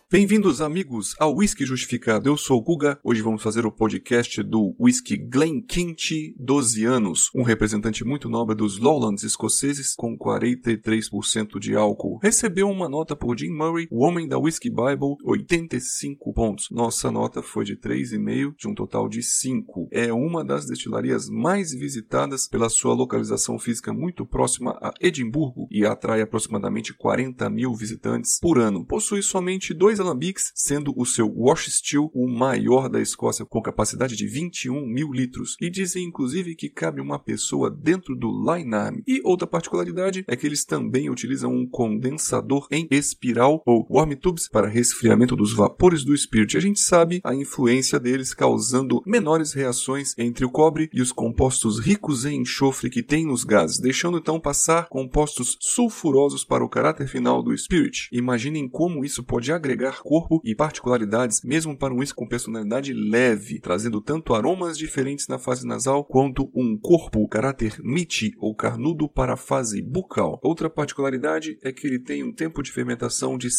Bem-vindos, amigos, ao Whisky Justificado. Eu sou o Guga. Hoje vamos fazer o podcast do Whisky Glenkinchie 12 anos, um representante muito nobre dos Lowlands escoceses, com 43% de álcool. Recebeu uma nota por Jim Murray, o homem da Whisky Bible, 85 pontos. Nossa nota foi de 3,5, de um total de 5. É uma das destilarias mais visitadas pela sua localização física muito próxima a Edimburgo e atrai aproximadamente 40 mil visitantes por ano. Possui somente 2 alambiques, sendo o seu Wash Still o maior da Escócia, com capacidade de 21 mil litros, e dizem inclusive que cabe uma pessoa dentro do line-arm. E outra particularidade é que eles também utilizam um condensador em espiral ou warm tubes para resfriamento dos vapores do spirit. A gente sabe a influência deles causando menores reações entre o cobre e os compostos ricos em enxofre que tem nos gases, deixando então passar compostos sulfurosos para o caráter final do spirit. Imaginem como isso pode agregar corpo e particularidades mesmo para um whisky com personalidade leve, trazendo tanto aromas diferentes na fase nasal quanto um corpo, caráter meaty ou carnudo para a fase bucal. Outra particularidade é que ele tem um tempo de fermentação de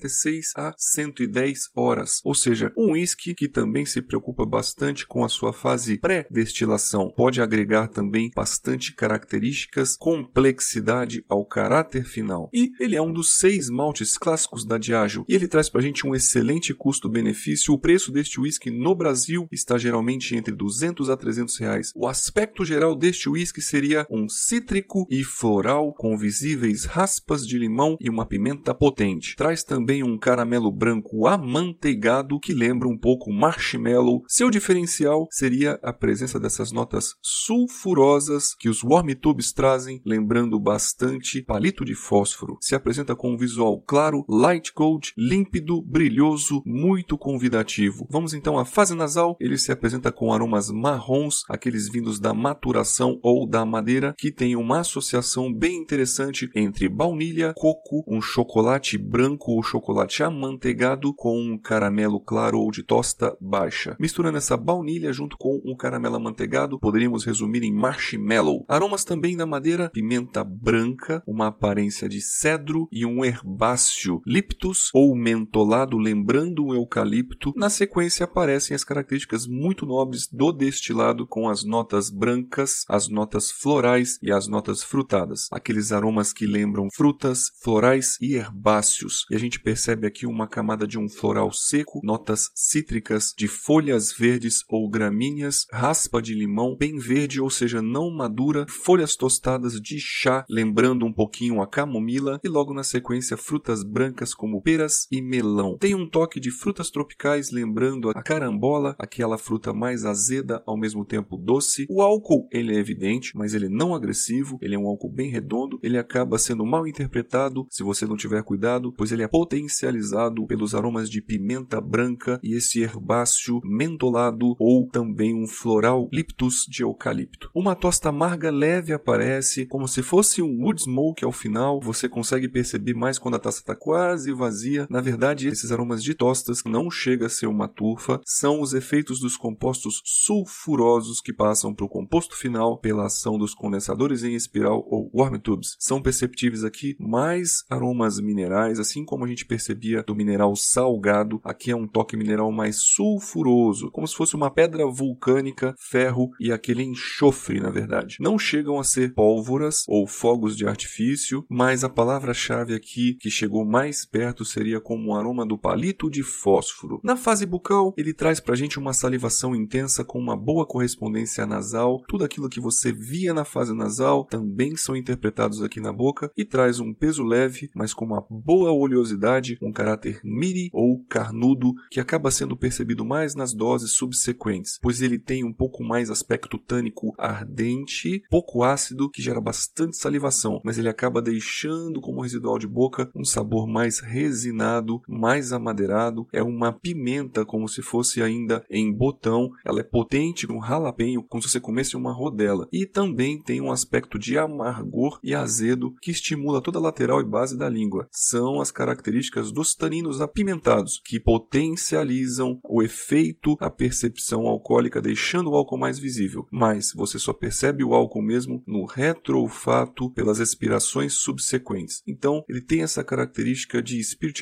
66 a 110 horas, ou seja, um whisky que também se preocupa bastante com a sua fase pré-destilação. Pode agregar também bastante características, complexidade ao caráter final. E ele é um dos 6 maltes clássicos da Diageo, e ele traz pra gente um excelente custo-benefício. O preço deste whisky no Brasil está geralmente entre 200 a 300 reais. O aspecto geral deste whisky seria um cítrico e floral com visíveis raspas de limão e uma pimenta potente. Traz também um caramelo branco amanteigado que lembra um pouco marshmallow. Seu diferencial seria a presença dessas notas sulfurosas que os warm tubes trazem, lembrando bastante palito de fósforo. Se apresenta com um visual claro, light gold, límpido, brilhoso, muito convidativo. Vamos então à fase nasal. Ele se apresenta com aromas marrons, aqueles vindos da maturação ou da madeira, que tem uma associação bem interessante entre baunilha, coco, um chocolate branco ou chocolate amanteigado com um caramelo claro ou de tosta baixa. Misturando essa baunilha junto com um caramelo amanteigado, poderíamos resumir em marshmallow. Aromas também da madeira, pimenta branca, uma aparência de cedro e um herbáceo, liptus ou mentolado, lembrando um eucalipto. Na sequência aparecem as características muito nobres do destilado, com as notas brancas, as notas florais e as notas frutadas. Aqueles aromas que lembram frutas, florais e herbáceos. E a gente percebe aqui uma camada de um floral seco, notas cítricas de folhas verdes ou gramíneas, raspa de limão bem verde, ou seja, não madura, folhas tostadas de chá, lembrando um pouquinho a camomila, e logo na sequência frutas brancas como peras e melão. Tem um toque de frutas tropicais, lembrando a carambola, aquela fruta mais azeda, ao mesmo tempo doce. O álcool, ele é evidente, mas ele não agressivo, ele é um álcool bem redondo, ele acaba sendo mal interpretado se você não tiver cuidado, pois ele é potencializado pelos aromas de pimenta branca e esse herbáceo mentolado ou também um floral liptus de eucalipto. Uma tosta amarga leve aparece, como se fosse um wood smoke ao final. Você consegue perceber mais quando a taça está quase vazia. Na verdade, esses aromas de tostas não chega a ser uma turfa, são os efeitos dos compostos sulfurosos que passam para o composto final pela ação dos condensadores em espiral ou warm tubes. São perceptíveis aqui mais aromas minerais, assim como a gente percebia do mineral salgado. Aqui é um toque mineral mais sulfuroso, como se fosse uma pedra vulcânica, ferro e aquele enxofre, na verdade. Não chegam a ser pólvoras ou fogos de artifício, mas a palavra-chave aqui que chegou mais perto seria como um aroma do palito de fósforo. Na fase bucal, ele traz pra gente uma salivação intensa com uma boa correspondência nasal. Tudo aquilo que você via na fase nasal também são interpretados aqui na boca, e traz um peso leve, mas com uma boa oleosidade, um caráter meaty ou carnudo, que acaba sendo percebido mais nas doses subsequentes, pois ele tem um pouco mais aspecto tânico ardente, pouco ácido, que gera bastante salivação, mas ele acaba deixando como residual de boca um sabor mais resinado, mais amadeirado. É uma pimenta como se fosse ainda em botão. Ela é potente, um jalapeño, como se você comesse uma rodela. E também tem um aspecto de amargor e azedo que estimula toda a lateral e base da língua. São as características dos taninos apimentados que potencializam o efeito, a percepção alcoólica, deixando o álcool mais visível. Mas você só percebe o álcool mesmo no retroolfato pelas expirações subsequentes. Então, ele tem essa característica de espírito educativo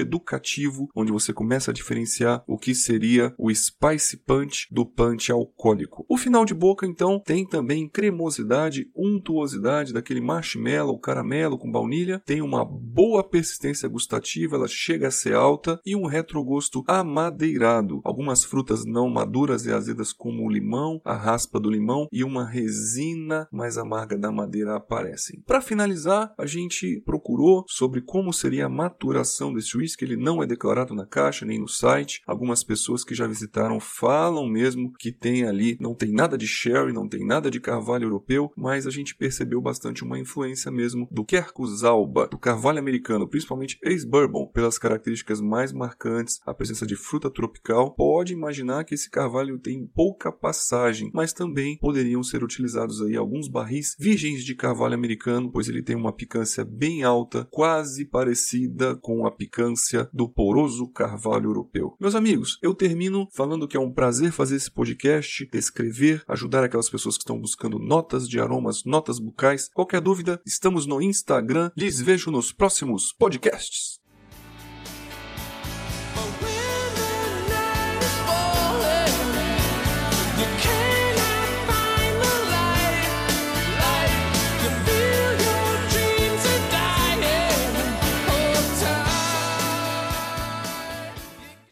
gustativo, onde você começa a diferenciar o que seria o Spicy Punch do punch alcoólico. O final de boca, então, tem também cremosidade, untuosidade daquele marshmallow, caramelo com baunilha, tem uma boa persistência gustativa, ela chega a ser alta e um retrogosto amadeirado. Algumas frutas não maduras e azedas como o limão, a raspa do limão e uma resina mais amarga da madeira aparecem. Para finalizar, a gente procurou sobre como seria a maturação desse whisky. Ele não é declarado na caixa nem no site. Algumas pessoas que já visitaram falam mesmo que tem ali, não tem nada de sherry, não tem nada de carvalho europeu, mas a gente percebeu bastante uma influência mesmo do Quercus alba, do carvalho americano, principalmente ex-bourbon, pelas características mais marcantes, a presença de fruta tropical. Pode imaginar que esse carvalho tem pouca passagem, mas também poderiam ser utilizados aí alguns barris virgens de carvalho americano, pois ele tem uma picância bem alta, quase parecida com a picância do poroso carvalho europeu. Meus amigos, eu termino falando que é um prazer fazer esse podcast, descrever, ajudar aquelas pessoas que estão buscando notas de aromas, notas bucais. Qualquer dúvida, estamos no Instagram. Lhes vejo nos próximos podcasts.